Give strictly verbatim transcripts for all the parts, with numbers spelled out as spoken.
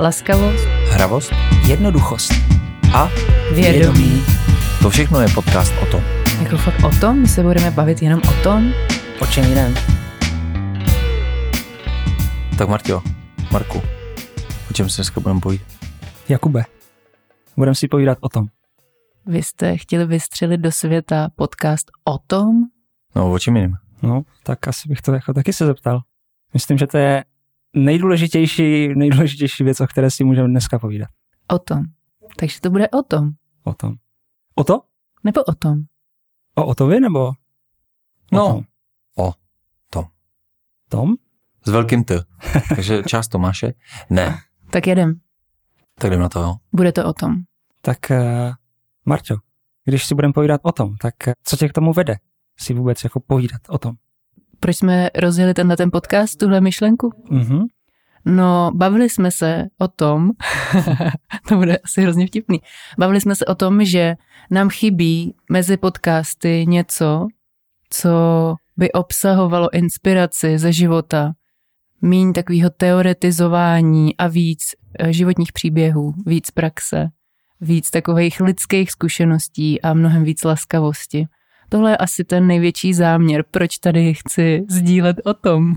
laskavost, hravost, jednoduchost a vědomí. To všechno je podcast o tom. Jako fakt o tom? My se budeme bavit jenom o tom? O čem jiném? Tak Martio, Marku, o čem se dneska budeme povídat? Jakube, budeme si povídat o tom. Vy jste chtěli vystřelit do světa podcast o tom? No, o čem jiném? No, tak asi bych to jako taky se zeptal. Myslím, že to je nejdůležitější, nejdůležitější věc, o které si můžeme dneska povídat. O tom. Takže to bude o tom. O tom. O to? Nebo o tom? O Otovi nebo? O No, tom? o tom. Tom? S velkým T. Takže část Tomáše? Ne. Tak jedem. Tak jdem na to, jo. Bude to o tom. Tak, uh, Marťo, když si budeme povídat o tom, tak uh, co tě k tomu vede si vůbec jako povídat o tom? Proč jsme rozjeli tenhle ten podcast, tuhle myšlenku? Mhm. No, bavili jsme se o tom, to bude asi hrozně vtipný, bavili jsme se o tom, že nám chybí mezi podcasty něco, co by obsahovalo inspiraci ze života, míň takového teoretizování a víc životních příběhů, víc praxe, víc takových lidských zkušeností a mnohem víc laskavosti. Tohle je asi ten největší záměr, proč tady chci sdílet o tom.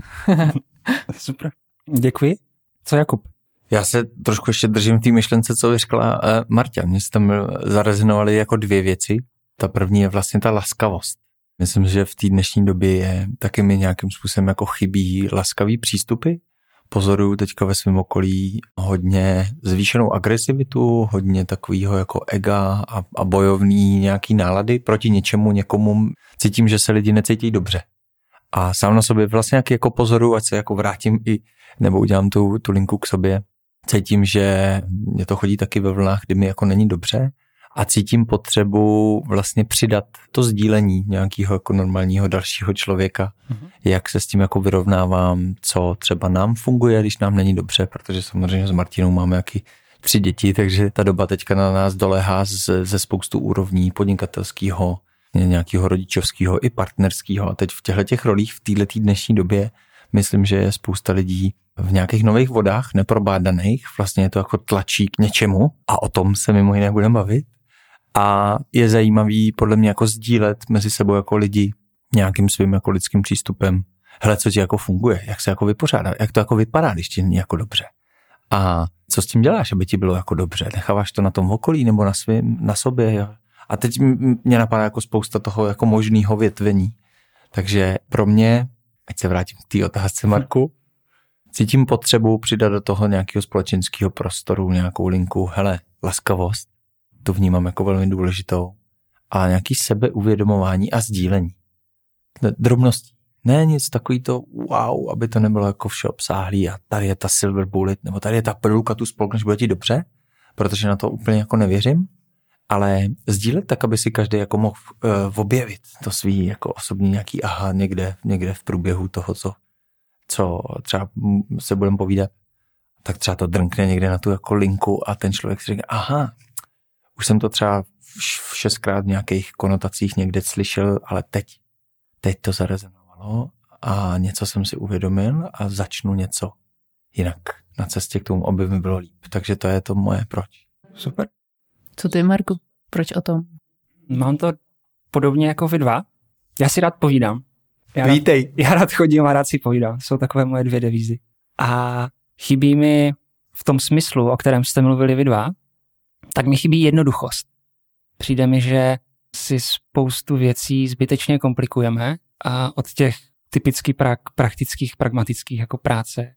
Super. Děkuji. Co Jakub? Já se trošku ještě držím v té myšlence, co vyřkla uh, Marta. Mně se tam zarezonovaly jako dvě věci. Ta první je vlastně ta laskavost. Myslím, že v té dnešní době je taky mi nějakým způsobem jako chybí laskavý přístupy. Pozoruju teďka ve svém okolí hodně zvýšenou agresivitu, hodně takového jako ega a, a bojovný nějaký nálady proti něčemu, někomu. Cítím, že se lidi necítí dobře. A sám na sobě vlastně jak jako pozoruju, ať se jako vrátím i, nebo udělám tu, tu linku k sobě. Cítím, že mě to chodí taky ve vlnách, kdy mi jako není dobře a cítím potřebu vlastně přidat to sdílení nějakého jako normálního dalšího člověka, mm-hmm. jak se s tím jako vyrovnávám, co třeba nám funguje, když nám není dobře, protože samozřejmě s Martinou máme jaký tři děti, takže ta doba teďka na nás doléhá ze, ze spoustu úrovní podnikatelského, nějakého rodičovského i partnerského. A teď v těchto těch rolích v této dnešní době myslím, že je spousta lidí v nějakých nových vodách, neprobádaných, vlastně je to jako tlačí k něčemu a o tom se mimo jiné budeme bavit. A je zajímavý podle mě jako sdílet mezi sebou jako lidi nějakým svým jako lidským přístupem. Hele, co ti jako funguje, jak se jako vypořádá, jak to jako vypadá, když ti není jako dobře. A co s tím děláš, aby ti bylo jako dobře? Necháváš to na tom okolí nebo na svým, na sobě? Jo? A teď mě napadá jako spousta toho jako možného větvení. Takže pro mě, ať se vrátím k té otázce, Marku, cítím potřebu přidat do toho nějakého společenského prostoru, nějakou linku, hele, laskavost, to vnímám jako velmi důležitou, a nějaký sebeuvědomování a sdílení. Drobností. Ne nic takový to wow, aby to nebylo jako všeobsáhlý a tady je ta silver bullet, nebo tady je ta pilulka, tu spolkneš, bude ti dobře, protože na to úplně jako nevěřím. Ale sdílet tak, aby si každý jako mohl uh, objevit to svý jako osobní nějaký aha někde, někde v průběhu toho, co, co třeba se budeme povídat, tak třeba to drnkne někde na tu jako linku a ten člověk si říká, aha, už jsem to třeba v šestkrát v nějakých konotacích někde slyšel, ale teď, teď to zarezonovalo a něco jsem si uvědomil a začnu něco jinak. Na cestě k tomu, aby mi bylo líp. Takže to je to moje proč. Super. Co ty, Marku? Proč o tom? Mám to podobně jako vy dva. Já si rád povídám. Já Vítej. Rád, já rád chodím a rád si povídám. Jsou takové moje dvě devízy. A chybí mi v tom smyslu, o kterém jste mluvili vy dva, tak mi chybí jednoduchost. Přijde mi, že si spoustu věcí zbytečně komplikujeme a od těch typicky pra- praktických, pragmatických jako práce,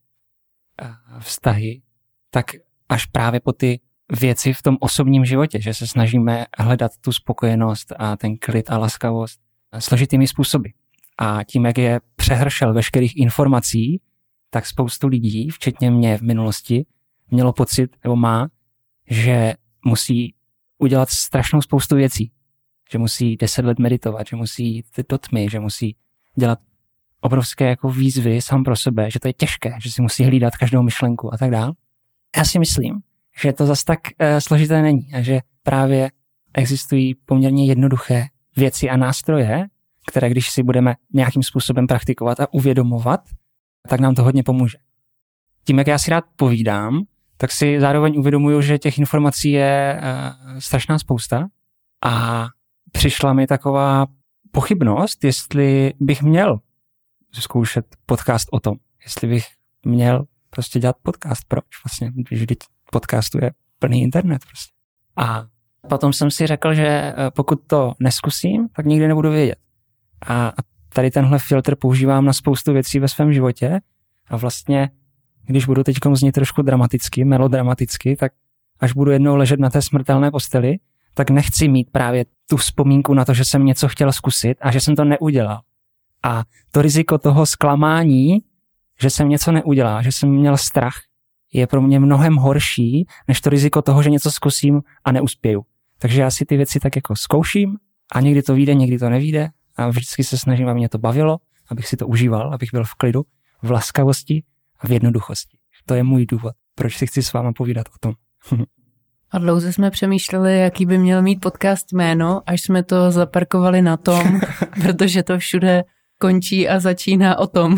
a vztahy, tak až právě po ty věci v tom osobním životě, že se snažíme hledat tu spokojenost a ten klid a laskavost složitými způsoby. A tím, jak je přehršel veškerých informací, tak spoustu lidí, včetně mě v minulosti, mělo pocit, nebo má, že musí udělat strašnou spoustu věcí. Že musí deset let meditovat, že musí jít do tmy, že musí dělat obrovské jako výzvy sám pro sebe, že to je těžké, že si musí hlídat každou myšlenku a tak dále. Já si myslím, že to zas tak uh, složité není a že právě existují poměrně jednoduché věci a nástroje, které když si budeme nějakým způsobem praktikovat a uvědomovat, tak nám to hodně pomůže. Tím, jak já si rád povídám, tak si zároveň uvědomuju, že těch informací je uh, strašná spousta a přišla mi taková pochybnost, jestli bych měl zkoušet podcast o tom, jestli bych měl prostě dělat podcast, proč vlastně, když vždyť podcastu je plný internet prostě. A potom jsem si řekl, že pokud to neskusím, tak nikdy nebudu vědět. A tady tenhle filtr používám na spoustu věcí ve svém životě a vlastně, když budu teď znít trošku dramaticky, melodramaticky, tak až budu jednou ležet na té smrtelné posteli, tak nechci mít právě tu vzpomínku na to, že jsem něco chtěl zkusit a že jsem to neudělal. A to riziko toho zklamání, že jsem něco neudělal, že jsem měl strach, je pro mě mnohem horší, než to riziko toho, že něco zkusím a neuspěju. Takže já si ty věci tak jako zkouším a někdy to vyjde, někdy to nevyjde a vždycky se snažím, aby mě to bavilo, abych si to užíval, abych byl v klidu, v laskavosti a v jednoduchosti. To je můj důvod, proč si chci s váma povídat o tom. A dlouze jsme přemýšleli, jaký by měl mít podcast jméno, až jsme to zaparkovali na tom, protože to všude končí a začíná o tom.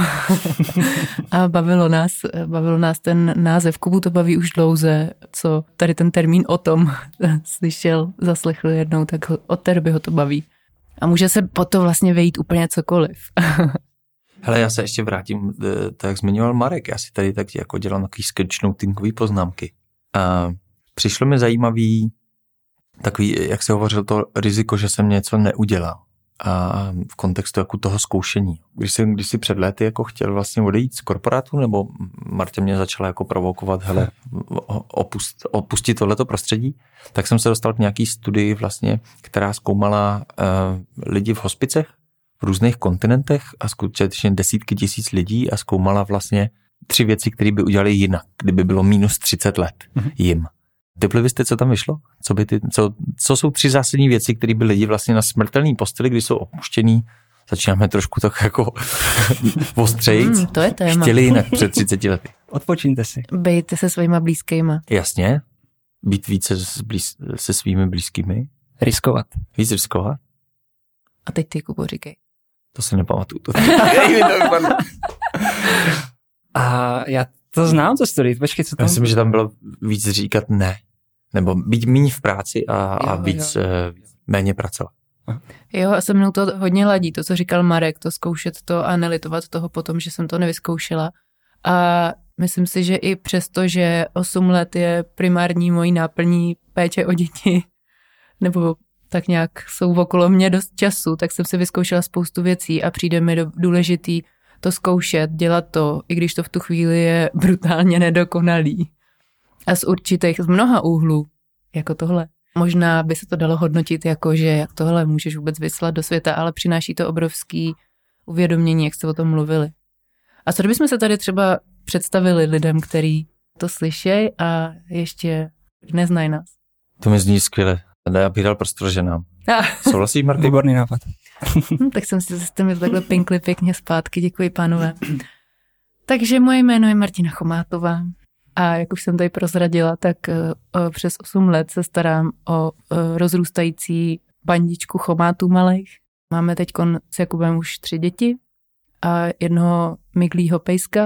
A bavilo nás, bavilo nás ten název. Kubu to baví už dlouze, co tady ten termín o tom slyšel, zaslechl jednou, tak od té doby ho to baví. A může se po to vlastně vejít úplně cokoliv. Hele, já se ještě vrátím, tak jak zmiňoval Marek, já si tady tak jako dělám takový sketchnotingový poznámky. A přišlo mi zajímavý takový, jak se hovořil, to riziko, že jsem něco neudělal. A v kontextu jako toho zkoušení. Když jsi, když jsi před léty jako chtěl vlastně odejít z korporátu, nebo Martě mě začala jako provokovat, hele, opust, opustit tohleto prostředí, tak jsem se dostal k nějaký studii vlastně, která zkoumala uh, lidi v hospicech v různých kontinentech a skutečně desítky tisíc lidí a zkoumala vlastně tři věci, které by udělali jinak, kdyby bylo minus třicet let mm-hmm. jim. Typli byste, co tam vyšlo? Co, by ty, co, co jsou tři zásadní věci, které by lidi vlastně na smrtelný posteli, když jsou opuštěný, začínáme trošku tak jako ostřejc, mm, to je téma. Chtěli jinak před třiceti lety. Odpočíňte si. Bejte se svýma blízkýma. Jasně. Být více blíz, se svými blízkými. Riskovat. Víc riskovat. A teď ty, Kubo, říkej. To si nepamatuju. To A já to znám, to studii. Počkej, co tam? Myslím, že tam bylo víc říkat ne. Nebo být méně v práci a, jo, a víc jo. méně pracovat. Jo, a se mnou to hodně ladí, to, co říkal Marek, to zkoušet to a nelitovat toho potom, že jsem to nevyzkoušela. A myslím si, že i přesto, že osm let je primární mojí náplní péče o děti, nebo tak nějak jsou okolo mě dost času, tak jsem si vyzkoušela spoustu věcí a přijde mi důležitý to zkoušet, dělat to, i když to v tu chvíli je brutálně nedokonalý. A z určitých, z mnoha úhlů, jako tohle. Možná by se to dalo hodnotit jako, že jak tohle můžeš vůbec vyslat do světa, ale přináší to obrovský uvědomění, jak jste o tom mluvili. A co kdybychom se tady třeba představili lidem, který to slyšejí a ještě neznají nás? To mi zní skvěle. Já bych dal prostor ženám. Souhlasíš, Marko? Výborný nápad. hm, tak jsem si zase mi takhle pinkli pěkně zpátky. Děkuji, pánové. Takže moje jméno je Martina Chomátová. A jak už jsem tady prozradila, tak uh, přes osm let se starám o uh, rozrůstající bandičku chomátů malých. Máme teď s Jakubem už tři děti a jednoho miglýho pejska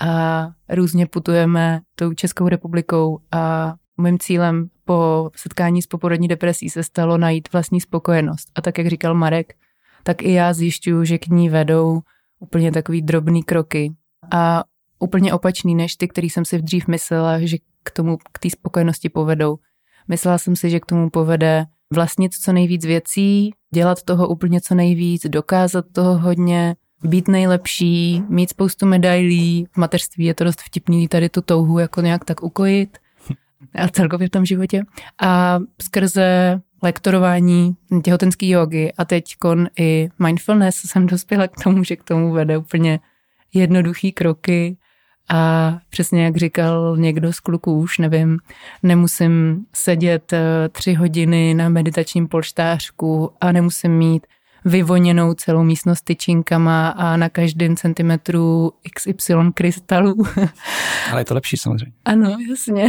a různě putujeme tou Českou republikou a mým cílem po setkání s poporodní depresí se stalo najít vlastní spokojenost. A tak, jak říkal Marek, tak i já zjišťuju, že k ní vedou úplně takový drobný kroky a úplně opačný než ty, který jsem si dřív myslela, že k tomu, k té spokojenosti povedou. Myslela jsem si, že k tomu povede vlastnit co nejvíc věcí, dělat toho úplně co nejvíc, dokázat toho hodně, být nejlepší, mít spoustu medailí. V mateřství je to dost vtipný tady tu touhu jako nějak tak ukojit a celkově v tom životě. A skrze lektorování těhotenský jógy a teďkon i mindfulness jsem dospěla k tomu, že k tomu vede úplně jednoduchý kroky. A přesně jak říkal někdo z kluků, už nevím, nemusím sedět tři hodiny na meditačním polštářku a nemusím mít vyvoněnou celou místnost tyčinkama a na každém centimetru iks ypsilon krystalů. Ale je to lepší samozřejmě. Ano, jasně.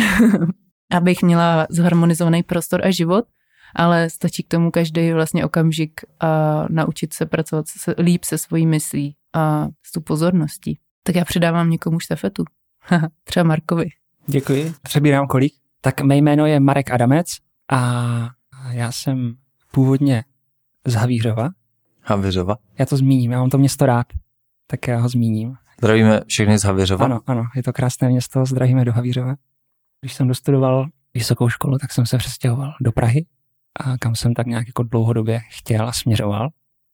Abych měla zharmonizovaný prostor a život, ale stačí k tomu každý vlastně okamžik a naučit se pracovat se, líp se svojí myslí a s tu pozorností. Tak já předávám někomu štafetu. Třeba Markovi. Děkuji. Přebírám kolik. Tak mé jméno je Marek Adamec a já jsem původně z Havířova. Havířova? Já to zmíním, já mám to město rád, tak já ho zmíním. Zdravíme všechny z Havířova? Ano, ano, je to krásné město, zdravíme do Havířova. Když jsem dostudoval vysokou školu, tak jsem se přestěhoval do Prahy, a kam jsem tak nějak jako dlouhodobě chtěl a směřoval.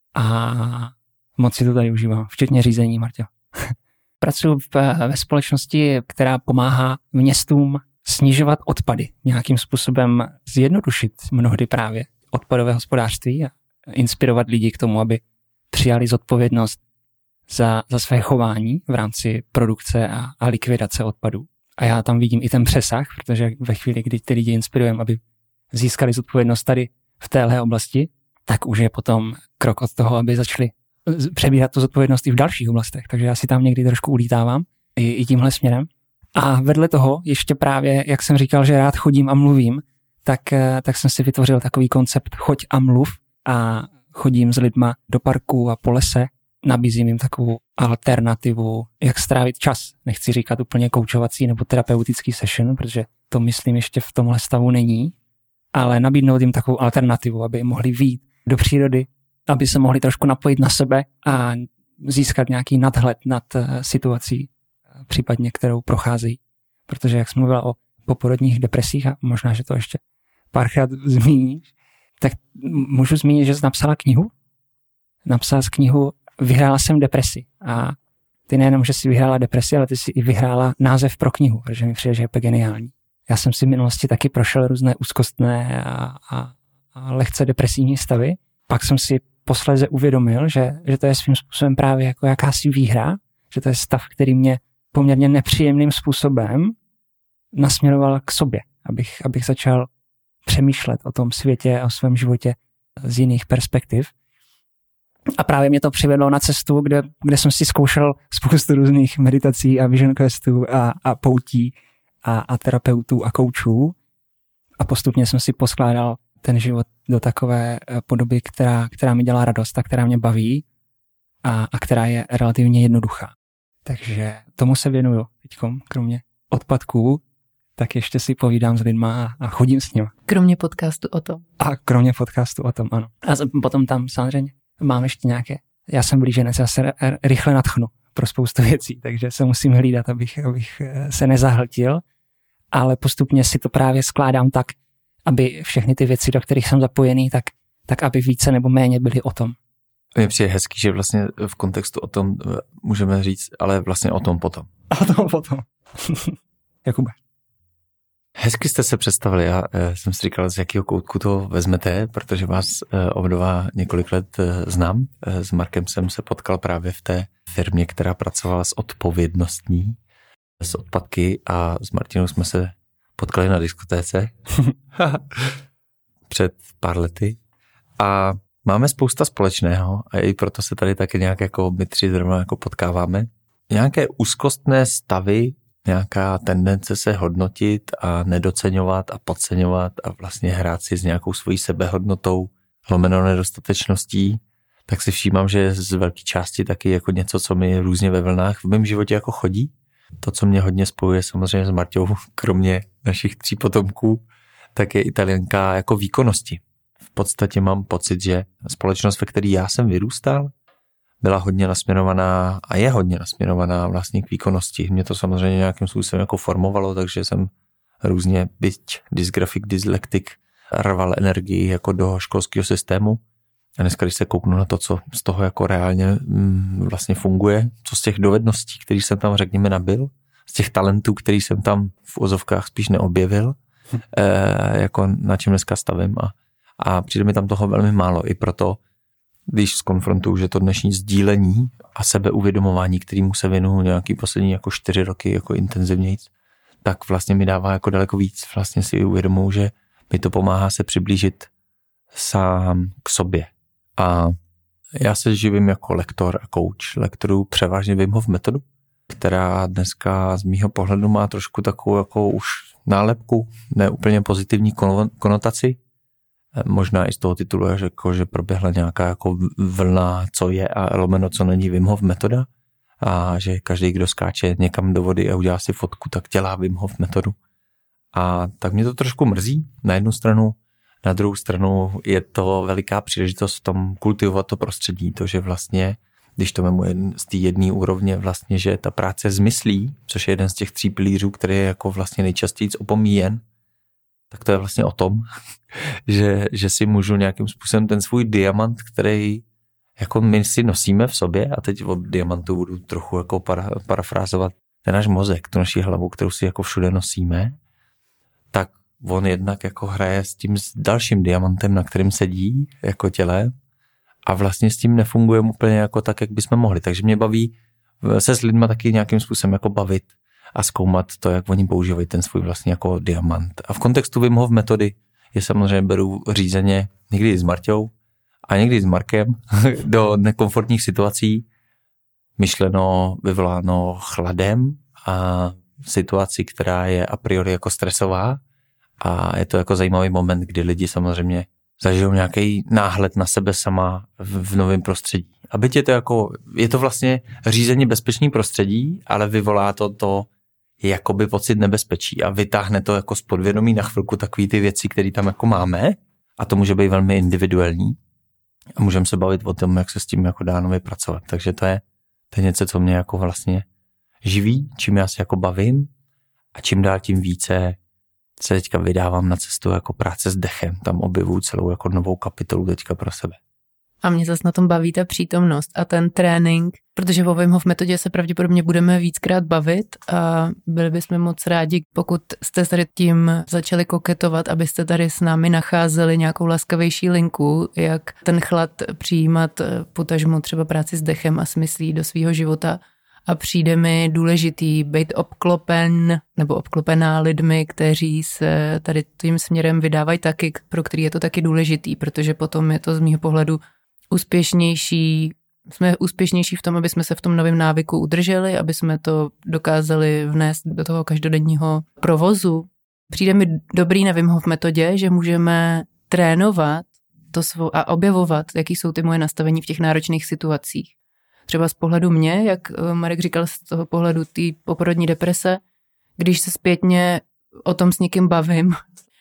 A moc si to tady užívám, včetně řízení, Marťo. Pracuji ve společnosti, která pomáhá městům snižovat odpady, nějakým způsobem zjednodušit mnohdy právě odpadové hospodářství a inspirovat lidi k tomu, aby přijali zodpovědnost za, za své chování v rámci produkce a, a likvidace odpadů. A já tam vidím i ten přesah, protože ve chvíli, kdy ty lidi inspirujeme, aby získali zodpovědnost tady v téhle oblasti, tak už je potom krok od toho, aby začali přebírat tu zodpovědnost i v dalších oblastech. Takže já si tam někdy trošku ulítávám i, i tímhle směrem. A vedle toho ještě právě, jak jsem říkal, že rád chodím a mluvím, tak, tak jsem si vytvořil takový koncept choď a mluv a chodím s lidma do parku a po lese. Nabízím jim takovou alternativu, jak strávit čas. Nechci říkat úplně koučovací nebo terapeutický session, protože to myslím ještě v tomhle stavu není, ale nabídnout jim takovou alternativu, aby mohli vyjít do přírody, aby se mohli trošku napojit na sebe a získat nějaký nadhled nad situací, případně kterou procházejí. Protože jak jsem mluvila o poporodních depresích a možná, že to ještě párkrát zmíníš, tak můžu zmínit, že jsi napsala knihu. Napsala jsi knihu Vyhrála jsem depresi. A ty nejenom, že jsi vyhrála depresi, ale ty jsi i vyhrála název pro knihu, protože mi přijde, že je geniální. Já jsem si v minulosti taky prošel různé úzkostné a, a, a lehce depresivní stavy. Pak jsem si posléze uvědomil, že, že to je svým způsobem právě jako jakási výhra, že to je stav, který mě poměrně nepříjemným způsobem nasměroval k sobě, abych, abych začal přemýšlet o tom světě a o svém životě z jiných perspektiv. A právě mě to přivedlo na cestu, kde, kde jsem si zkoušel spoustu různých meditací a vision questů a, a poutí a, a terapeutů a koučů. A postupně jsem si poskládal ten život do takové podoby, která, která mi dělá radost a která mě baví a, a která je relativně jednoduchá. Takže tomu se věnuju teďkom, kromě odpadků, tak ještě si povídám s lidma a, a chodím s nimi. Kromě podcastu o tom. A kromě podcastu o tom, ano. A potom tam samozřejmě mám ještě nějaké, já jsem blíženec, já se rychle nadchnu pro spoustu věcí, takže se musím hlídat, abych, abych se nezahltil, ale postupně si to právě skládám tak, aby všechny ty věci, do kterých jsem zapojený, tak, tak aby více nebo méně byly o tom. Mně přijde hezký, že vlastně v kontextu o tom můžeme říct, ale vlastně o tom potom. O tom potom. Jakube. Hezky jste se představili, já jsem si říkal, z jakého koutku to vezmete, protože vás obdova několik let znám. S Markem jsem se potkal právě v té firmě, která pracovala s odpovědnostní, s odpadky, a s Martinou jsme se potkali na diskotéce před pár lety a máme spousta společného a i proto se tady taky nějak jako my tři zrovna jako potkáváme. Nějaké úzkostné stavy, nějaká tendence se hodnotit a nedoceňovat a podceňovat a vlastně hrát si s nějakou svojí sebehodnotou, lomeno nedostatečností, tak si všímám, že z velké části taky jako něco, co mi různě ve vlnách v mém životě jako chodí. To, co mě hodně spojuje samozřejmě s Marťou, kromě našich tří potomků, tak je Italianka jako výkonnosti. V podstatě mám pocit, že společnost, ve které já jsem vyrůstal, byla hodně nasměrovaná a je hodně nasměrovaná vlastně k výkonnosti. Mě to samozřejmě nějakým způsobem jako formovalo, takže jsem různě byť dysgrafik, dyslektik rval energii jako do školského systému. A dneska, když se kouknu na to, co z toho jako reálně mm, vlastně funguje, co z těch dovedností, který jsem tam řekněme nabil, z těch talentů, který jsem tam v ozovkách spíš neobjevil, hm. eh, jako na čem dneska stavím. A, a přijde mi tam toho velmi málo. I proto, když skonfrontuju, že to dnešní sdílení a sebeuvědomování, kterému se věnuju nějaký poslední jako čtyři roky jako intenzivnějc, tak vlastně mi dává jako daleko víc. Vlastně si uvědomuji, že mi to pomáhá se přiblížit sám k sobě. A já se živím jako lektor a coach. Lektoru převážně Wim Hof metodu, která dneska z mýho pohledu má trošku takovou jako už nálepku, ne úplně pozitivní konotaci. Možná i z toho titulu, že, jako, že proběhla nějaká jako vlna, co je a lomeno, co není Wim Hof metoda. a že každý, kdo skáče někam do vody a udělá si fotku, tak dělá Wim Hof metodu. A tak mě to trošku mrzí na jednu stranu, na druhou stranu je to veliká příležitost v tom kultivovat to prostředí, to, že vlastně, když to vemu z té jedné úrovně, vlastně, že ta práce zmyslí, což je jeden z těch tří pilířů, který je jako vlastně nejčastěji opomíjen, tak to je vlastně o tom, že, že si můžu nějakým způsobem ten svůj diamant, který jako my si nosíme v sobě, a teď od diamantu budu trochu jako para, parafrázovat ten náš mozek, tu naši hlavu, kterou si jako všude nosíme, tak on jednak jako hraje s tím dalším diamantem, na kterým sedí jako těle a vlastně s tím nefungujeme úplně jako tak, jak bychom mohli. Takže mě baví se s lidma taky nějakým způsobem jako bavit a zkoumat to, jak oni používají ten svůj vlastně jako diamant. A v kontextu Wim Hof metody je samozřejmě beru řízeně někdy s Marťou a někdy s Markem do nekomfortních situací, myšleno, vyvoláno chladem a situaci, která je a priori jako stresová. A je to jako zajímavý moment, kdy lidi samozřejmě zažijou nějaký náhled na sebe sama v, v novém prostředí. A byť je to jako, je to vlastně řízení bezpečný prostředí, ale vyvolá to to jakoby pocit nebezpečí a vytáhne to jako z podvědomí na chvilku takový ty věci, které tam jako máme, a to může být velmi individuální. A můžeme se bavit o tom, jak se s tím jako dá nově pracovat. Takže to je, to je něco, co mě jako vlastně živí, čím já se jako bavím a čím dál tím více se teďka vydávám na cestu jako práce s dechem. Tam objevuju celou jako novou kapitolu teďka pro sebe. A mě zase na tom baví ta přítomnost a ten trénink, protože o Wim Hof metodě se pravděpodobně budeme víckrát bavit a byli bychom moc rádi, pokud jste tady tím začali koketovat, abyste tady s námi nacházeli nějakou laskavější linku, jak ten chlad přijímat, potažmo třeba práci s dechem a smyslí do svýho života. A přijde mi důležitý být obklopen nebo obklopená lidmi, kteří se tady tím směrem vydávají taky, pro který je to taky důležitý, protože potom je to z mýho pohledu úspěšnější, jsme úspěšnější v tom, aby jsme se v tom novém návyku udrželi, aby jsme to dokázali vnést do toho každodenního provozu. Přijde mi dobrý na Wim Hof metodě, že můžeme trénovat to svou a objevovat, jaký jsou ty moje nastavení v těch náročných situacích. Třeba z pohledu mě, jak Marek říkal, z toho pohledu té poporodní deprese, když se zpětně o tom s někým bavím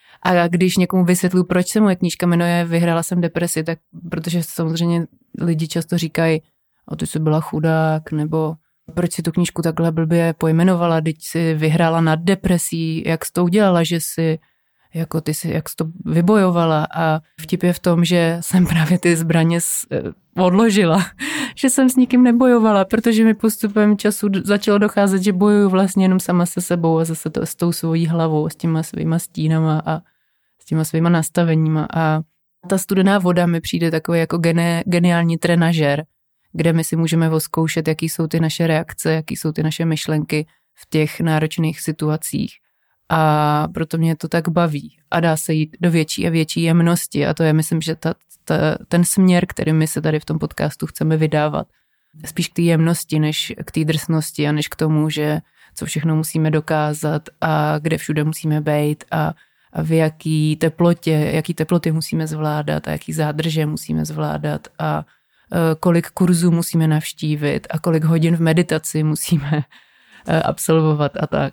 a když někomu vysvětluji, proč se moje knížka jmenuje Vyhrála jsem depresi, tak protože samozřejmě lidi často říkají, o ty jsi byla chudák, nebo proč si tu knížku takhle blbě pojmenovala, teď si vyhrála nad depresí, jak jsi to udělala, že si jako ty si, jak jsi to vybojovala, a vtip je v tom, že jsem právě ty zbraně odložila, že jsem s nikým nebojovala, protože mi postupem času začalo docházet, že bojuju vlastně jenom sama se sebou a zase to, s tou svojí hlavou, s těma svýma stínama a s těma svýma nastaveníma. A ta studená voda mi přijde takový jako gene, geniální trenažer, kde my si můžeme oskoušet, jaký jsou ty naše reakce, jaký jsou ty naše myšlenky v těch náročných situacích. A proto mě to tak baví a dá se jít do větší a větší jemnosti a to je, myslím, že ta, ta, ten směr, který my se tady v tom podcastu chceme vydávat. Spíš k té jemnosti, než k té drsnosti a než k tomu, že co všechno musíme dokázat a kde všude musíme být a, a v jaký teplotě, jaký teploty musíme zvládat a jaký zádrže musíme zvládat a kolik kurzů musíme navštívit a kolik hodin v meditaci musíme absolvovat a tak.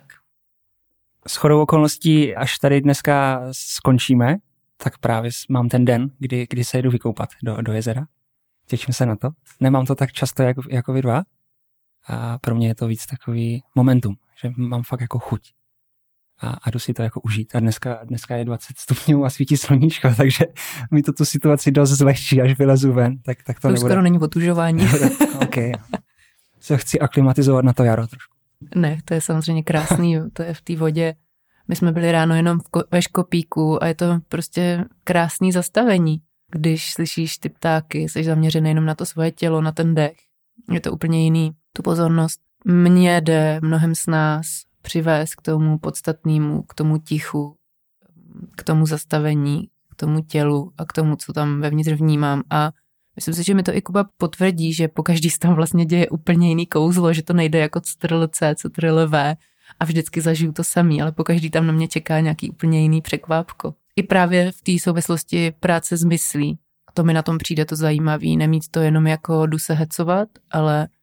Shodou okolností, až tady dneska skončíme, tak právě mám ten den, kdy, kdy se jdu vykoupat do, do jezera. Těším se na to. Nemám to tak často jako, jako vy dva a pro mě je to víc takový momentum, že mám fakt jako chuť a, a jdu si to jako užít. A dneska, dneska je dvacet stupňů a svítí sluníčko, takže mi to tu situaci dost zlehčí, až vylezu ven. Tak, tak to, to nebude. Skoro není otužování. OK. Se chci aklimatizovat na to jaro trošku. Ne, to je samozřejmě krásný, to je v té vodě. My jsme byli ráno jenom v ko- ve Škopíku a je to prostě krásný zastavení. Když slyšíš ty ptáky, jsi zaměřený jenom na to svoje tělo, na ten dech. Je to úplně jiný. Tu pozornost mně jde mnohem s nás přivést k tomu podstatnému, k tomu tichu, k tomu zastavení, k tomu tělu a k tomu, co tam vevnitř vnímám. A myslím si, že mi to i Kuba potvrdí, že po každý z tam vlastně děje úplně jiný kouzlo, že to nejde jako ctrl C, ctrl V a vždycky zažiju to samý, ale po každý tam na mě čeká nějaký úplně jiný překvápko. I právě v té souvislosti práce s myslí. To mi na tom přijde to zajímavý, nemít to jenom jako jdu se hecovat, ale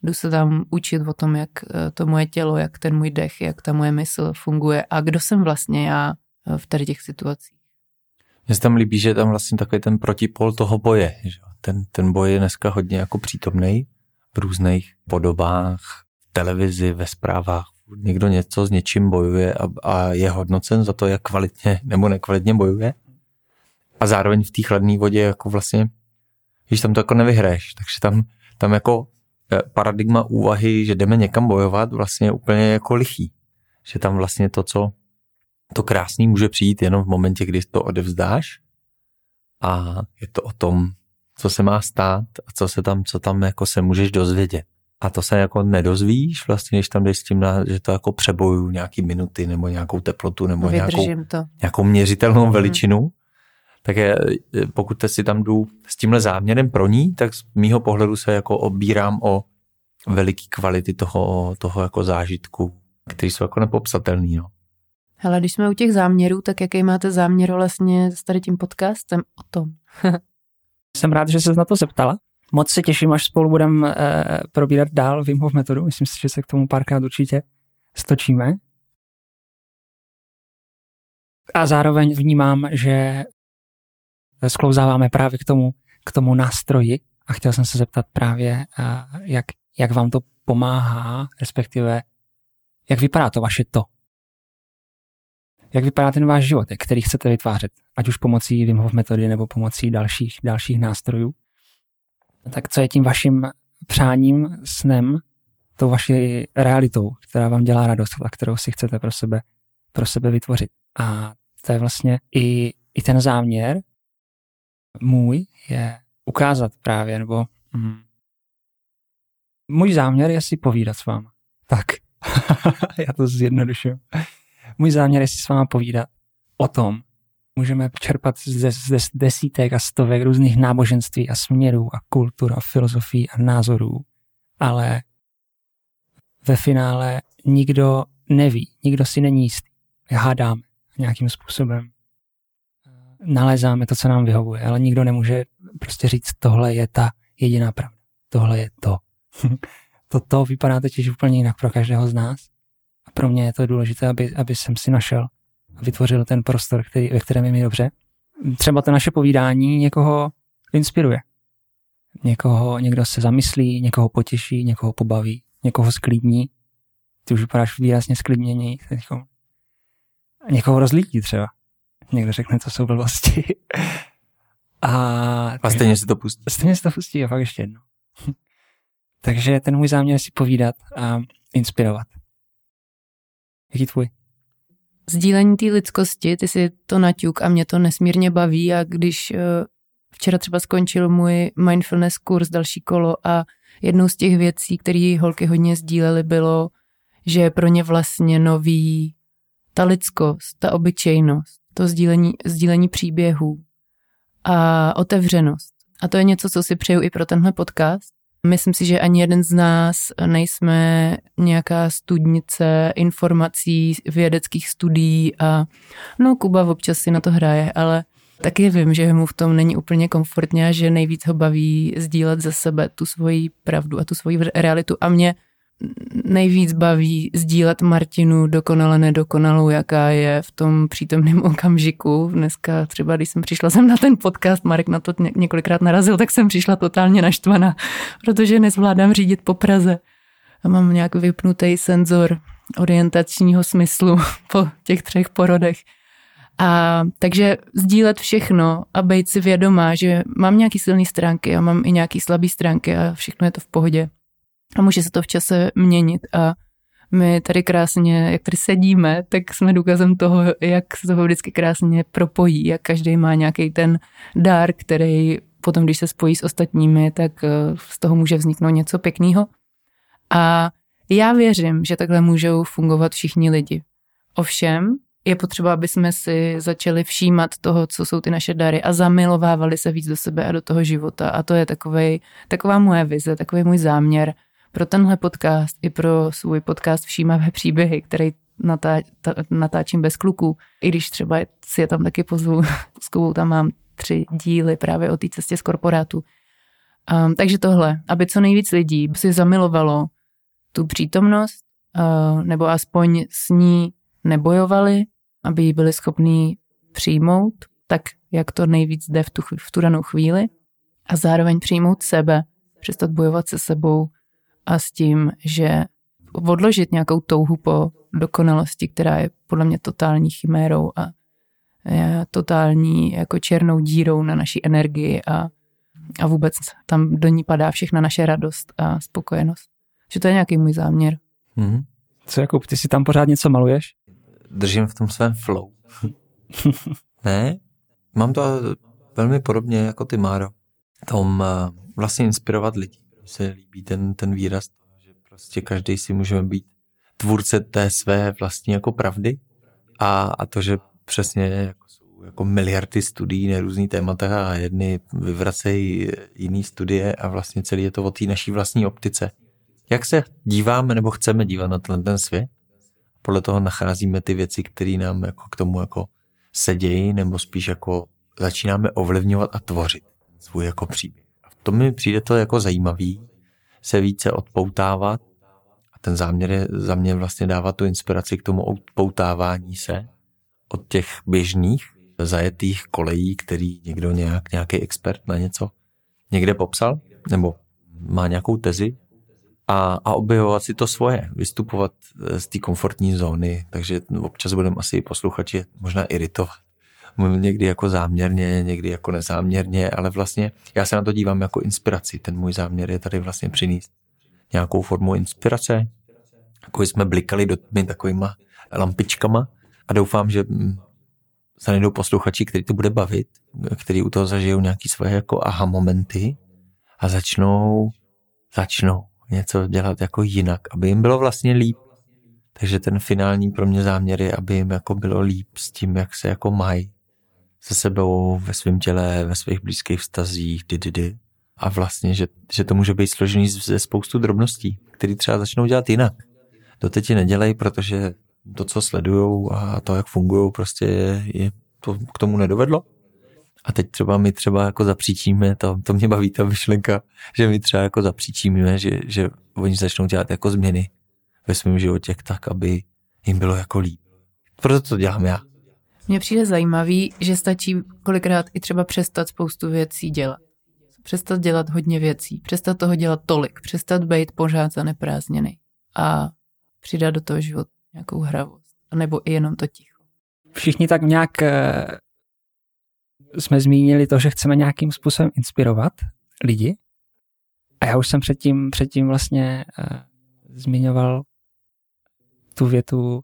Jdu se tam učit o tom, jak to moje tělo, jak ten můj dech, jak ta moje mysl funguje a kdo jsem vlastně já v tady těch situacích. Mně se tam líbí, že je tam vlastně takový ten protipol toho boje. Že? Ten, ten boj je dneska hodně jako přítomnej v různých podobách, v televizi, ve zprávách. Někdo něco s něčím bojuje a, a je hodnocen za to, jak kvalitně nebo nekvalitně bojuje. A zároveň v té chladné vodě jako vlastně, když tam to jako nevyhraješ, takže tam, tam jako paradigma úvahy, že jdeme někam bojovat, vlastně je úplně jako lichý. Že tam vlastně to, co to krásný může přijít jenom v momentě, kdy to odevzdáš a je to o tom, co se má stát a co se tam, co tam jako se můžeš dozvědět. A to se jako nedozvíš vlastně, když tam jdeš s tím, na, že to jako přebojuju nějaký minuty nebo nějakou teplotu nebo nějakou, nějakou měřitelnou veličinu. Hmm. Tak je, pokud si tam jdu s tímhle záměrem pro ní, tak z mýho pohledu se jako obírám o veliký kvality toho, toho jako zážitku, který jsou jako nepopsatelný. No. Hele, když jsme u těch záměrů, tak jaký máte záměr vlastně s tady tím podcastem o tom? Jsem rád, že ses na to zeptala. Moc se těším, až spolu budeme eh, probírat dál Wim Hof metodu. Myslím si, že se k tomu párkrát určitě stočíme. A zároveň vnímám, že sklouzáváme právě k tomu, k tomu nástroji a chtěl jsem se zeptat právě, eh, jak, jak vám to pomáhá, respektive jak vypadá to vaše to. Jak vypadá ten váš život, který chcete vytvářet, ať už pomocí Wim Hof metody nebo pomocí dalších, dalších nástrojů. Tak co je tím vaším přáním, snem, tou vaší realitou, která vám dělá radost a kterou si chcete pro sebe, pro sebe vytvořit. A to je vlastně i, i ten záměr můj je ukázat právě, nebo mm, můj záměr je si povídat s váma. Tak, já to zjednodušuju. Můj záměr je si s váma povídat o tom. Můžeme čerpat z, z, z desítek a stovek různých náboženství a směrů a kultur a filozofií a názorů, ale ve finále nikdo neví, nikdo si není jistý. Hádáme nějakým způsobem. Nalézáme to, co nám vyhovuje, ale nikdo nemůže prostě říct, tohle je ta jediná pravda. Tohle je to. Toto vypadá totiž úplně jinak pro každého z nás. A pro mě je to důležité, aby, aby jsem si našel a vytvořil ten prostor, který, ve kterém je mi dobře. Třeba to naše povídání někoho inspiruje. Někoho, někdo se zamyslí, někoho potěší, někoho pobaví, někoho sklidní. Ty už vypadáš výrazně sklidnění. Někoho, někoho rozlítí třeba. Někdo řekne, co jsou blbosti. A, a stejně si to pustí. Stejně si to pustí a fakt ještě jedno. Takže ten můj záměr je si povídat a inspirovat. Jaký tvůj? Sdílení té lidskosti, ty si to naťuk a mě to nesmírně baví a když včera třeba skončil můj mindfulness kurz další kolo a jednou z těch věcí, které holky hodně sdílely, bylo, že je pro ně vlastně nový ta lidskost, ta obyčejnost, to sdílení, sdílení příběhů a otevřenost. A to je něco, co si přeju i pro tenhle podcast. Myslím si, že ani jeden z nás nejsme nějaká studnice informací, vědeckých studií a no Kuba občas si na to hraje, ale taky vím, že mu v tom není úplně komfortně a že nejvíc ho baví sdílet za sebe tu svoji pravdu a tu svoji realitu a mě nejvíc baví sdílet Martinu dokonale nedokonalou, jaká je v tom přítomném okamžiku. Dneska třeba, když jsem přišla sem na ten podcast, Marek na to několikrát narazil, tak jsem přišla totálně naštvaná, protože nezvládám řídit po Praze. A mám nějak vypnutý senzor orientačního smyslu po těch třech porodech. A takže sdílet všechno a být si vědomá, že mám nějaký silný stránky a mám i nějaký slabý stránky a všechno je to v pohodě. A může se to v čase měnit a my tady krásně, jak tady sedíme, tak jsme důkazem toho, jak se to vždycky krásně propojí, jak každý má nějaký ten dar, který potom, když se spojí s ostatními, tak z toho může vzniknout něco pěkného. A já věřím, že takhle můžou fungovat všichni lidi. Ovšem, je potřeba, aby jsme si začali všímat toho, co jsou ty naše dary a zamilovávali se víc do sebe a do toho života. A to je takovej, taková moje vize, takový můj záměr pro tenhle podcast i pro svůj podcast Všímavé příběhy, který natá, ta, natáčím bez kluků. I když třeba si je tam taky pozvu, s Kubou tam mám tři díly právě o té cestě z korporátu. Um, takže tohle, aby co nejvíc lidí si zamilovalo tu přítomnost, uh, nebo aspoň s ní nebojovali, aby ji byli schopní přijmout, tak jak to nejvíc jde v tu, v tu danou chvíli a zároveň přijmout sebe, přestat bojovat se sebou a s tím, že odložit nějakou touhu po dokonalosti, která je podle mě totální chimérou a je totální jako černou dírou na naší energii a, a vůbec tam do ní padá všechna naše radost a spokojenost. Že to je nějaký můj záměr. Mm-hmm. Co, Jakub, ty si tam pořád něco maluješ? Držím v tom svém flow. Ne? Mám to velmi podobně jako ty, Máro. Tom vlastně inspirovat lidi. Mně se líbí ten, ten výraz, že prostě každý si můžeme být tvůrce té své vlastní jako pravdy a, a to, že přesně jako jsou jako miliardy studií na různý témata a jedny vyvracejí jiný studie a vlastně celý je to o té naší vlastní optice. Jak se díváme nebo chceme dívat na ten, ten svět? Podle toho nacházíme ty věci, které nám jako k tomu jako sedějí, nebo spíš jako začínáme ovlivňovat a tvořit svůj jako příběh. A v tom mi přijde to jako zajímavý, se více odpoutávat a ten záměr je za mě vlastně dávat tu inspiraci k tomu odpoutávání se od těch běžných zajetých kolejí, který někdo nějak, nějaký expert na něco někde popsal, nebo má nějakou tezi a, a objevovat si to svoje, vystupovat z té komfortní zóny, takže občas budeme asi posluchači možná iritovat. Někdy jako záměrně, někdy jako nezáměrně, ale vlastně já se na to dívám jako inspiraci. Ten můj záměr je tady vlastně přinést nějakou formu inspirace, jako jsme blikali do tmy takovýma lampičkama a doufám, že se najdou posluchači, který to bude bavit, který u toho zažijou nějaký svoje jako aha momenty a začnou, začnou něco dělat jako jinak, aby jim bylo vlastně líp. Takže ten finální pro mě záměr je, aby jim jako bylo líp s tím, jak se jako mají se sebou, ve svém těle, ve svých blízkých vztazích, dy, dy, dy. A vlastně, že, že to může být složený ze spoustu drobností, které třeba začnou dělat jinak. Doteď ti nedělej, protože to, co sledujou a to, jak fungují, prostě je, je to k tomu nedovedlo. A teď třeba my třeba jako zapříčíme, to, to mě baví ta myšlenka, že my třeba jako zapříčíme, že, že oni začnou dělat jako změny ve svém životě tak, aby jim bylo jako líp. Proto to dělám já. Mně přijde zajímavý, že stačí kolikrát i třeba přestat spoustu věcí dělat. Přestat dělat hodně věcí, přestat toho dělat tolik, přestat být pořád zaneprázdněný a přidat do toho život nějakou hravost, nebo i jenom to ticho. Všichni tak nějak e, jsme zmínili to, že chceme nějakým způsobem inspirovat lidi a já už jsem předtím, předtím vlastně e, zmiňoval tu větu,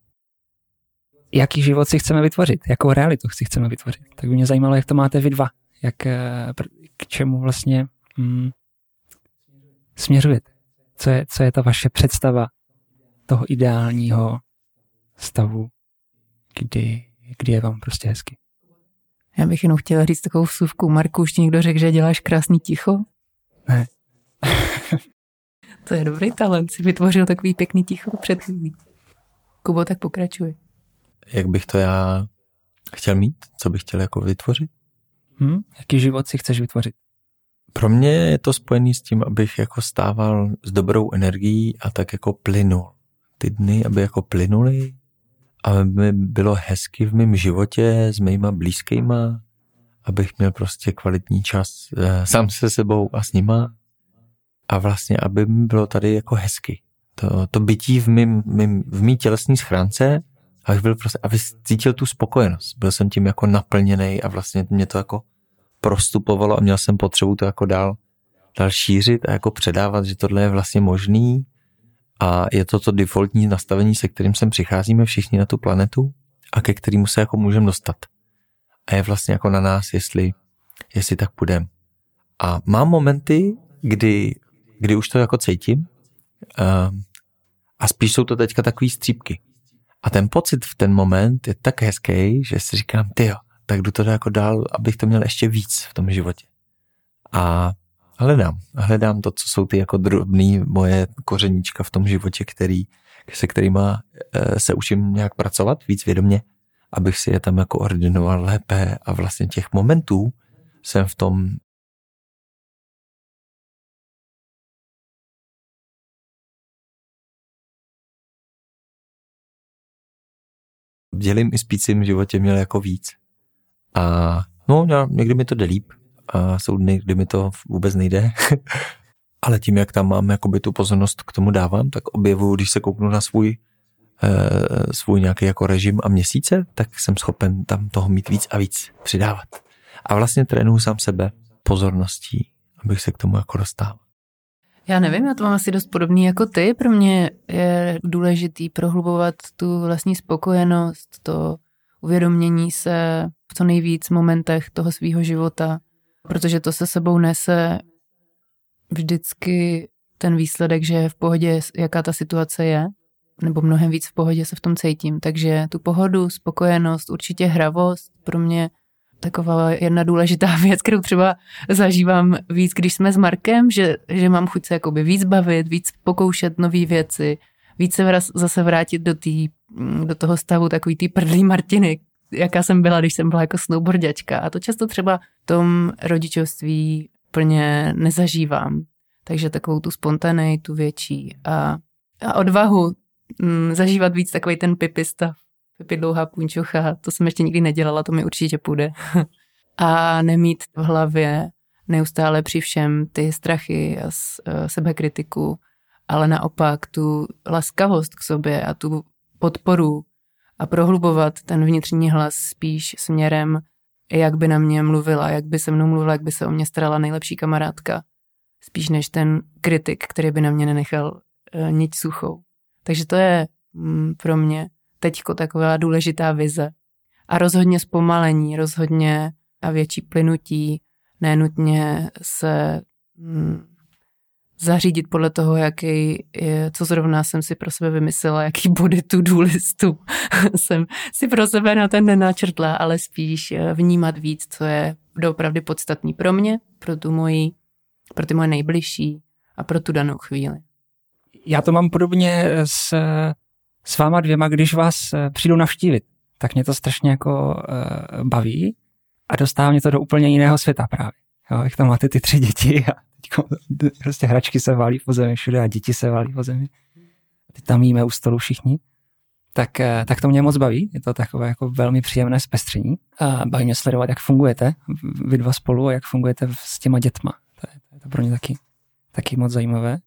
jaký život si chceme vytvořit, jakou realitu si chceme vytvořit. Tak by mě zajímalo, jak to máte vy dva, jak, k čemu vlastně hm, směřujete. Co je, co je ta vaše představa toho ideálního stavu, kdy, kdy je vám prostě hezky. Já bych jenom chtěla říct takovou vsuvku. Marku, už ti někdo řekl, že děláš krásný ticho? Ne. To je dobrý talent, si vytvořil takový pěkný ticho před chvílí. Kubo, tak pokračuj. Jak bych to já chtěl mít? Co bych chtěl jako vytvořit? Hmm? Jaký život si chceš vytvořit? Pro mě je to spojený s tím, abych jako stával s dobrou energií a tak jako plynul. Ty dny, aby jako plynuly, aby mi bylo hezky v mém životě s mýma blízkýma, abych měl prostě kvalitní čas e, sám se sebou a s nima a vlastně, aby mi bylo tady jako hezky. To, to bytí v mým, mým, v mý tělesní schránce, abych byl prostě, aby cítil tu spokojenost. Byl jsem tím jako naplněnej a vlastně mě to jako prostupovalo a měl jsem potřebu to jako dál, dál šířit a jako předávat, že tohle je vlastně možný a je to to defaultní nastavení, se kterým sem přicházíme všichni na tu planetu a ke kterému se jako můžeme dostat. A je vlastně jako na nás, jestli, jestli tak půjdem. A mám momenty, kdy, kdy už to jako cítím a, a spíš jsou to teďka takový střípky. A ten pocit v ten moment je tak hezký, že si říkám, tyjo, tak jdu to jako dál, abych to měl ještě víc v tom životě. A hledám, hledám to, co jsou ty jako drobný moje kořeníčka v tom životě, který, se kterýma se učím nějak pracovat víc vědomě, abych si je tam jako ordinoval lépe a vlastně těch momentů jsem v tom bdělým i spícím životě měl jako víc. A no, někdy mi to jde líp a jsou dny, kdy mi to vůbec nejde. Ale tím, jak tam mám jakoby tu pozornost k tomu dávám, tak objevuju, když se kouknu na svůj, e, svůj nějaký jako režim a měsíce, tak jsem schopen tam toho mít víc a víc přidávat. A vlastně trénuju sám sebe pozorností, abych se k tomu jako dostal. Já nevím, já to mám asi dost podobný jako ty. Pro mě je důležitý prohlubovat tu vlastní spokojenost, to uvědomění se v co nejvíc momentech toho svýho života, protože to se sebou nese vždycky ten výsledek, že je v pohodě, jaká ta situace je, nebo mnohem víc v pohodě se v tom cítím. Takže tu pohodu, spokojenost, určitě hravost, pro mě taková jedna důležitá věc, kterou třeba zažívám víc, když jsme s Markem, že, že mám chuť se jakoby víc bavit, víc pokoušet nové věci, víc se vraz, zase vrátit do, tý, do toho stavu takový tý prdlý Martiny, jaká jsem byla, když jsem byla jako snowboardačka. A to často třeba v tom rodičovství plně nezažívám. Takže takovou tu spontaneitu větší a, a odvahu m, zažívat víc takový ten pipi stav. Pipi dlouhá punčocha, to jsem ještě nikdy nedělala, to mi určitě půjde. A nemít v hlavě neustále při všem ty strachy a sebekritiku, ale naopak tu laskavost k sobě a tu podporu a prohlubovat ten vnitřní hlas spíš směrem, jak by na mě mluvila, jak by se mnou mluvila, jak by se o mě starala nejlepší kamarádka. Spíš než ten kritik, který by na mě nenechal uh, niť suchou. Takže to je mm, pro mě teďko taková důležitá vize. A rozhodně zpomalení, rozhodně a větší plynutí, nenutně se mm, zařídit podle toho, jaký je, co zrovna jsem si pro sebe vymyslela, jaký body to-do listu jsem si pro sebe na ten den načrtla, ale spíš vnímat víc, co je doopravdy podstatný pro mě, pro tu moji, pro ty moje nejbližší a pro tu danou chvíli. Já to mám podobně s, s váma dvěma, když vás přijdu navštívit, tak mě to strašně jako uh, baví a dostává mě to do úplně jiného světa právě. Jo, jak tam máte ty tři děti a teďko prostě hračky se válí po zemi všude a děti se válí po zemi. Teď tam jíme u stolu všichni. Tak, tak to mě moc baví. Je to takové jako velmi příjemné zpestření. A baví mě sledovat, jak fungujete vy dva spolu a jak fungujete s těma dětma. To je, to je to pro mě taky, taky moc zajímavé.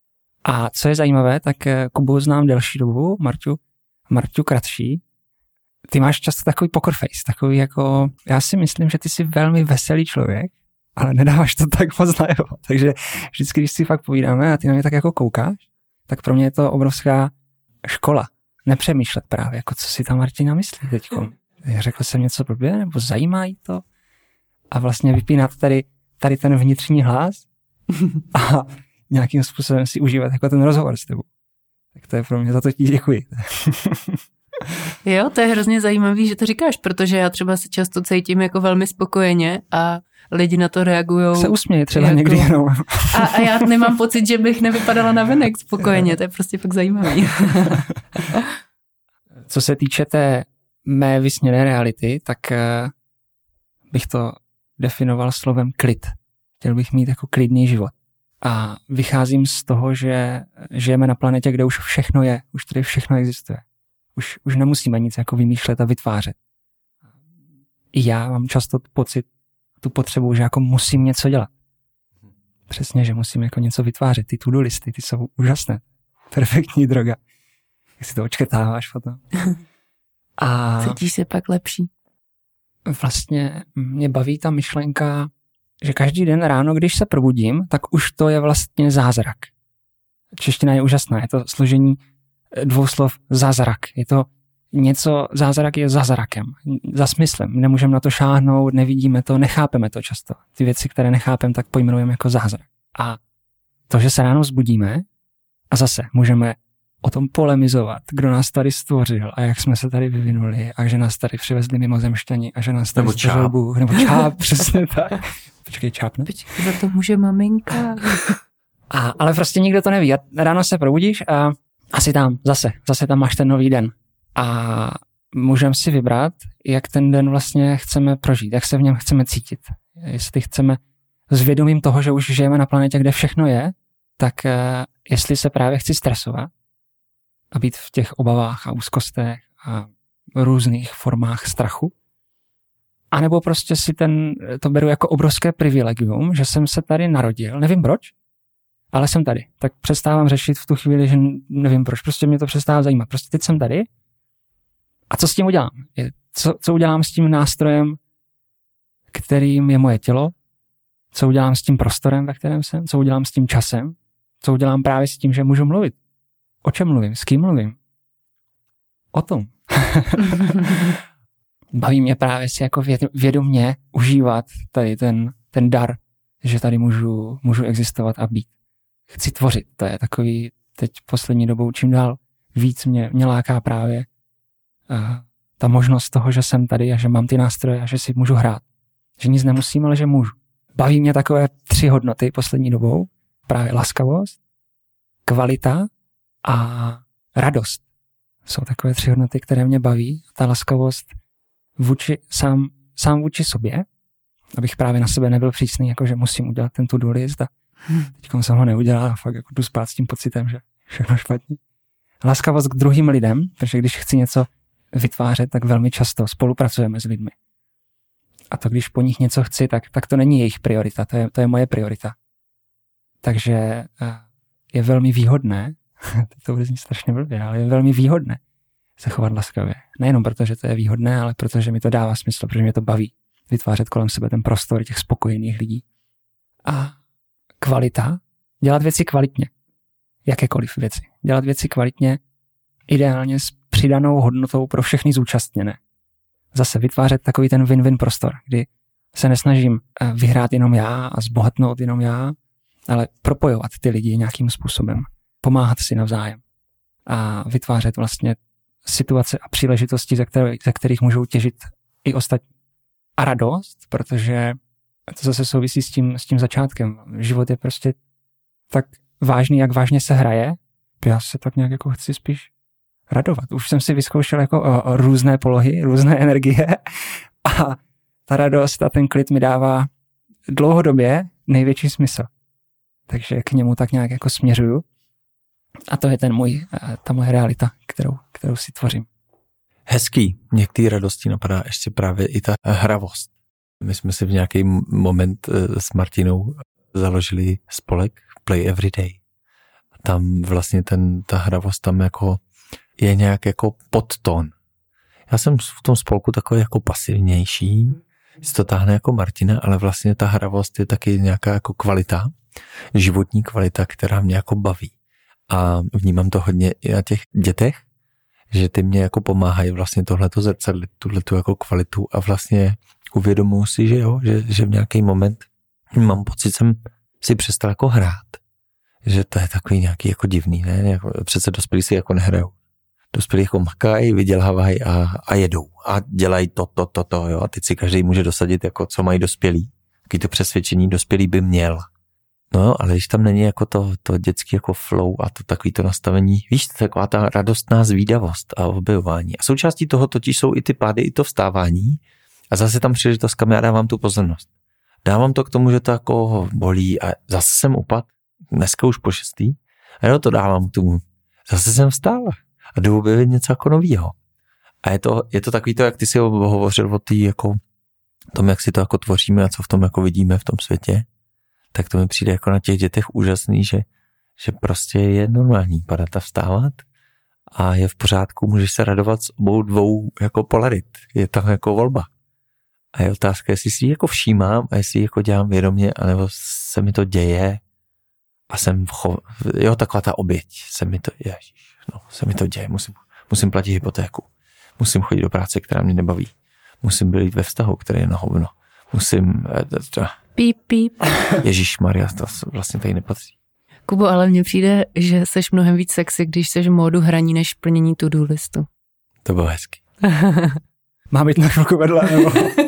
A co je zajímavé, tak Kubu znám delší dobu, Marťu, Marťu kratší. Ty máš často takový poker face, takový jako, já si myslím, že ty jsi velmi veselý člověk, ale nedáváš to tak moc najevo. Takže vždycky, když si fakt povídáme a ty na mě tak jako koukáš, tak pro mě je to obrovská škola. Nepřemýšlet právě, jako co si ta Martina myslí teďko. Řekl jsem něco blbě, nebo zajímá jí to? A vlastně vypínat tady, tady ten vnitřní hlas a nějakým způsobem si užívat jako ten rozhovor s tebou. Tak to je pro mě, za to ti děkuji. Jo, to je hrozně zajímavý, že to říkáš, protože já třeba se často cítím jako velmi spokojeně a lidi na to reagujou. Se usměje třeba jako... někdy jenom. A, a já nemám pocit, že bych nevypadala navenek spokojeně, to je prostě fakt zajímavý. Co se týče té mé vysněné reality, tak uh, bych to definoval slovem klid. Chtěl bych mít jako klidný život. A vycházím z toho, že žijeme na planetě, kde už všechno je, už tady všechno existuje. Už, už nemusíme nic jako vymýšlet a vytvářet. I já mám často pocit, tu potřebu, že jako musím něco dělat. Přesně, že musím jako něco vytvářet. Ty to-do listy, ty jsou úžasné. Perfektní droga. Jak si to očkrtáváš potom. A cítíš se pak lepší. Vlastně mě baví ta myšlenka, že každý den ráno, když se probudím, tak už to je vlastně zázrak. Čeština je úžasná. Je to složení dvou slov zázrak. Je to něco, zázrak je zázrakem, za smyslem. Nemůžeme na to šáhnout, nevidíme to, nechápeme to často. Ty věci, které nechápeme, tak pojmenujeme jako zázrak. A to, že se ráno vzbudíme a zase můžeme o tom polemizovat, kdo nás tady stvořil a jak jsme se tady vyvinuli a že nás tady přivezli mimozemšťani a že nás tady stvořil Bůh, nebo čáp, přesně tak. Počkej, čáp, ne? Počkej, za to může maminka. A, ale prostě nikdo to neví. A ráno se probudíš a asi tam, zase, zase tam máš ten nový den. A můžeme si vybrat, jak ten den vlastně chceme prožít, jak se v něm chceme cítit. Jestli chceme s vědomím toho, že už žijeme na planetě, kde všechno je, tak uh, jestli se právě chci stresovat a být v těch obavách a úzkostech a různých formách strachu. A nebo prostě si ten, to beru jako obrovské privilegium, že jsem se tady narodil, nevím proč, ale jsem tady. Tak přestávám řešit v tu chvíli, že nevím proč, prostě mě to přestává zajímat. Prostě teď jsem tady a co s tím udělám? Co, co udělám s tím nástrojem, kterým je moje tělo? Co udělám s tím prostorem, ve kterém jsem? Co udělám s tím časem? Co udělám právě s tím, že můžu mluvit? O čem mluvím? S kým mluvím? O tom. Baví mě právě si jako vědomě užívat tady ten, ten dar, že tady můžu, můžu existovat a být. Chci tvořit. To je takový teď poslední dobou čím dál víc mě, mě láká právě uh, ta možnost toho, že jsem tady a že mám ty nástroje a že si můžu hrát. Že nic nemusím, ale že můžu. Baví mě takové tři hodnoty poslední dobou. Právě laskavost, kvalita a radost. Jsou takové tři hodnoty, které mě baví. Ta laskavost vůči, sám, sám vůči sobě, abych právě na sebe nebyl přísný, jako že musím udělat ten to-do list a teď jsem ho neudělal a fakt jako jdu spát s tím pocitem, že všechno špatně. Laskavost k druhým lidem, protože když chci něco vytvářet, tak velmi často spolupracujeme s lidmi. A to, když po nich něco chci, tak, tak to není jejich priorita, to je, to je moje priorita. Takže je velmi výhodné, to bude znít strašně blbě, ale je velmi výhodné se chovat laskavě. Nejenom proto, že to je výhodné, ale protože mi to dává smysl, protože mě to baví vytvářet kolem sebe ten prostor těch spokojených lidí. A kvalita, dělat věci kvalitně. Jakékoliv věci. Dělat věci kvalitně, ideálně s přidanou hodnotou pro všechny zúčastněné. Zase vytvářet takový ten win-win prostor, kdy se nesnažím vyhrát jenom já a zbohatnout jenom já, ale propojovat ty lidi nějakým způsobem. Pomáhat si navzájem. A vytvářet vlastně situace a příležitosti, ze, které, ze kterých můžou těžit i ostatní. A radost, protože to zase souvisí s tím, s tím začátkem. Život je prostě tak vážný, jak vážně se hraje. Já se tak nějak jako chci spíš radovat. Už jsem si vyzkoušel jako o, o různé polohy, různé energie a ta radost a ten klid mi dává dlouhodobě největší smysl. Takže k němu tak nějak jako směřuju. A to je ten můj, ta moje realita, kterou, kterou si tvořím. Hezký. Mě k té radosti napadá ještě právě i ta hravost. My jsme si v nějaký moment s Martinou založili spolek Play Every Day. Tam vlastně ten, ta hravost tam jako je nějak jako podtón. Já jsem v tom spolku takový jako pasivnější, si to táhne jako Martina, ale vlastně ta hravost je taky nějaká jako kvalita, životní kvalita, která mě jako baví. A vnímám to hodně i na těch dětech, že ty mě jako pomáhají vlastně tohleto zrcadlit, tuhletu jako kvalitu a vlastně uvědomuji si, že jo, že, že v nějaký moment mám pocit, jsem si přestal jako hrát. Že to je takový nějaký jako divný, ne? Jako, přece dospělí si jako nehrajou. Dospělí jako makají, vydělávají a, a jedou. A dělají to, to, to, to, jo. A teď si každý může dosadit, jako co mají dospělí. Taky to přesvědčení dospělý by měl. No, ale když tam není jako to, to dětský jako flow a to takový to nastavení, víš, to taková ta radostná zvídavost a objevování. A součástí toho totiž jsou i ty pády, i to vstávání a zase tam příležitost, kam já dávám tu pozornost. Dávám to k tomu, že to jako bolí a zase jsem upad, dneska už po šestý, a jo, to dávám k tomu. Zase jsem vstál a jdu objevit něco jako novýho. A je to, je to takový to, jak ty si hovořil o tý, jako tom, jak si to jako tvoříme a co v tom jako vidíme v tom světě, tak to mi přijde jako na těch dětech úžasný, že, že prostě je normální padat a vstávat a je v pořádku, můžeš se radovat z obou dvou jako polarit. Je tam jako volba. A je otázka, jestli si ji jako všímám a jestli ji jako dělám vědomě, anebo se mi to děje a jsem, cho... jo, taková ta oběť, se mi to, ježiš, no, se mi to děje, musím, musím platit hypotéku, musím chodit do práce, která mě nebaví, musím být ve vztahu, který je na hovno, musím, píp, píp. Ježišmarja, to vlastně tady nepatří. Kubo, ale mně přijde, že seš mnohem víc sexy, když seš v módu hraní, než plnění to-do listu. To bylo hezky. Má být na chvilku vedle, nebo?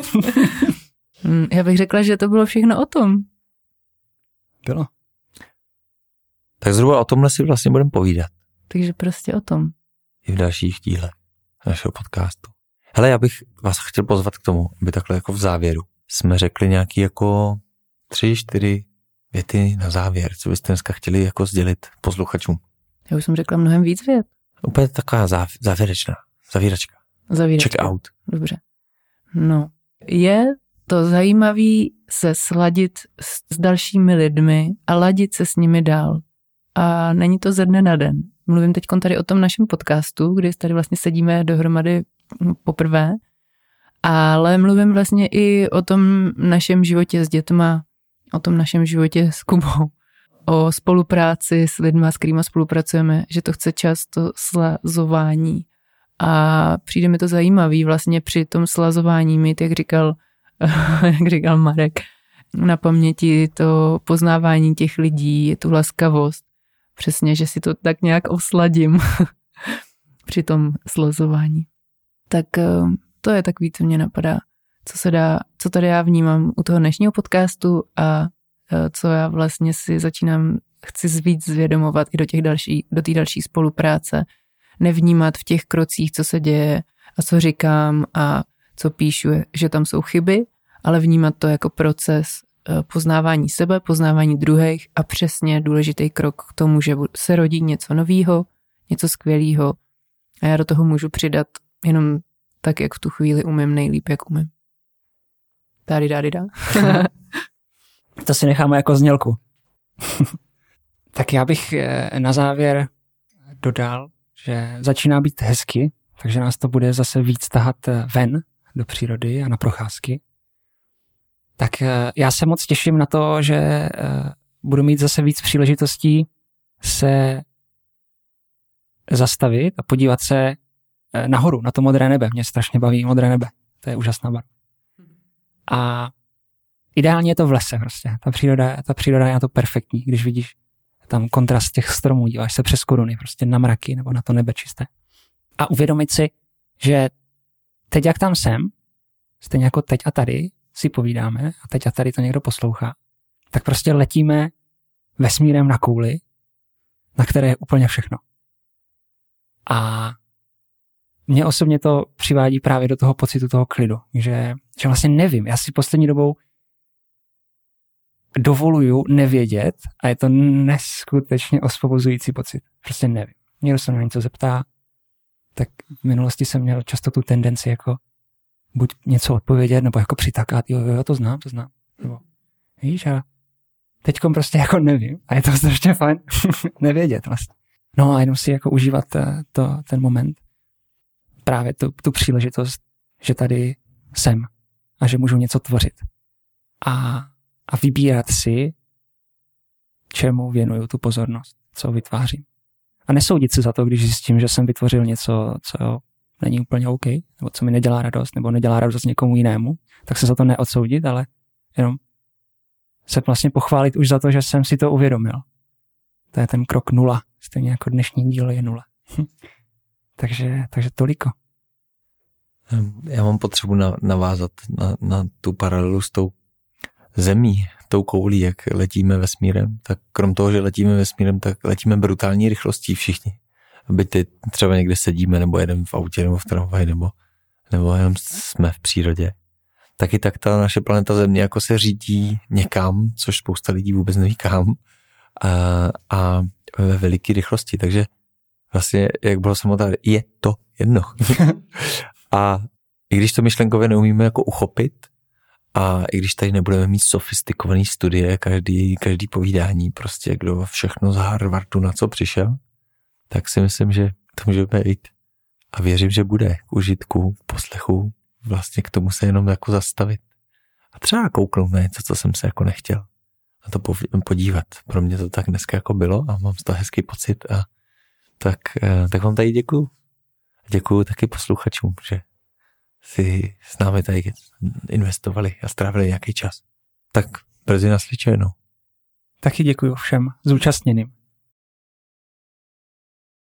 Já bych řekla, že to bylo všechno o tom. Bylo. Tak zhruba o tomhle si vlastně budeme povídat. Takže prostě o tom. I v dalších dílech našeho podcastu. Hele, já bych vás chtěl pozvat k tomu, aby takhle jako v závěru jsme řekli nějaký jako tři, čtyři věty na závěr, co byste dneska chtěli jako sdělit posluchačům. Já už jsem řekla mnohem víc vět. Úplně taková záv, závěrečná, zavíračka. Zavíračka. Check out. Dobře. No, je to zajímavý se sladit s, s dalšími lidmi a ladit se s nimi dál. A není to ze dne na den. Mluvím teď tady o tom našem podcastu, kdy tady vlastně sedíme dohromady poprvé, ale mluvím vlastně i o tom našem životě s dětma, o tom našem životě s Kubou, o spolupráci s lidma, s kterýma spolupracujeme, že to chce často slazování. A přijde mi to zajímavý vlastně při tom slazování mít, jak říkal, jak říkal Marek, na paměti to poznávání těch lidí, tu laskavost. Přesně, že si to tak nějak osladím při tom slazování. Tak to je takový, co mě napadá, co se dá, co tady já vnímám u toho dnešního podcastu a co já vlastně si začínám, chci víc zvědomovat i do těch další, do té další spolupráce. Nevnímat v těch krocích, co se děje a co říkám a co píšu, že tam jsou chyby, ale vnímat to jako proces poznávání sebe, poznávání druhých a přesně důležitý krok k tomu, že se rodí něco novýho, něco skvělého a já do toho můžu přidat jenom tak, jak v tu chvíli umím, nejlíp, jak umím. Tady, tady, dá. To si necháme jako znělku. Tak já bych na závěr dodal, že začíná být hezky, takže nás to bude zase víc tahat ven do přírody a na procházky. Tak já se moc těším na to, že budu mít zase víc příležitostí se zastavit a podívat se nahoru, na to modré nebe. Mě strašně baví modré nebe. To je úžasná barva. A ideálně je to v lese prostě. Ta příroda, ta příroda je na to perfektní, když vidíš tam kontrast těch stromů, díváš se přes koruny, prostě na mraky nebo na to nebe čisté. A uvědomit si, že teď jak tam jsem, stejně jako teď a tady si povídáme a teď a tady to někdo poslouchá, tak prostě letíme vesmírem na kouli, na které je úplně všechno. A mě osobně to přivádí právě do toho pocitu toho klidu, že, že vlastně nevím. Já si poslední dobou dovoluju nevědět a je to neskutečně osvobozující pocit. Prostě nevím. Někdo se na něco zeptá, tak v minulosti jsem měl často tu tendenci jako buď něco odpovědět, nebo jako přitakat, jo, jo, to znám, to znám. Nebo, víš, a teďkom prostě jako nevím a je to strašně fajn nevědět vlastně. No a jenom si jako užívat to, ten moment, právě tu, tu příležitost, že tady jsem a že můžu něco tvořit. A, a vybírat si, čemu věnuju tu pozornost, co vytvářím. A nesoudit se za to, když zjistím, že jsem vytvořil něco, co není úplně OK, nebo co mi nedělá radost, nebo nedělá radost někomu jinému, tak se za to neodsoudit, ale jenom se vlastně pochválit už za to, že jsem si to uvědomil. To je ten krok nula. Stejně jako dnešní díl je nula. takže, takže toliko. Já mám potřebu navázat na, na tu paralelu s tou zemí, tou koulí, jak letíme vesmírem. Tak krom toho, že letíme vesmírem, tak letíme brutální rychlostí všichni. Byť teď třeba někde sedíme, nebo jedeme v autě, nebo v tramvaji, nebo, nebo jenom jsme v přírodě. Taky tak ta naše planeta Země jako se řídí někam, což spousta lidí vůbec neví kam. A, a ve veliké rychlosti, takže vlastně, jak bylo samotné, je to jedno. A i když to myšlenkově neumíme jako uchopit, a i když tady nebudeme mít sofistikovaný studie, každý, každý povídání, prostě kdo všechno z Harvardu na co přišel, tak si myslím, že to může být. A věřím, že bude k užitku, k poslechu, vlastně k tomu se jenom jako zastavit. A třeba kouknout na něco, co jsem se jako nechtěl. Na to podívat. Pro mě to tak dneska jako bylo a mám z toho hezký pocit a tak, tak vám tady děkuju. Děkuju taky posluchačům, že si s námi tady investovali a strávili nějaký čas. Tak brzy naslyšenou. Taky děkuju všem zúčastněným.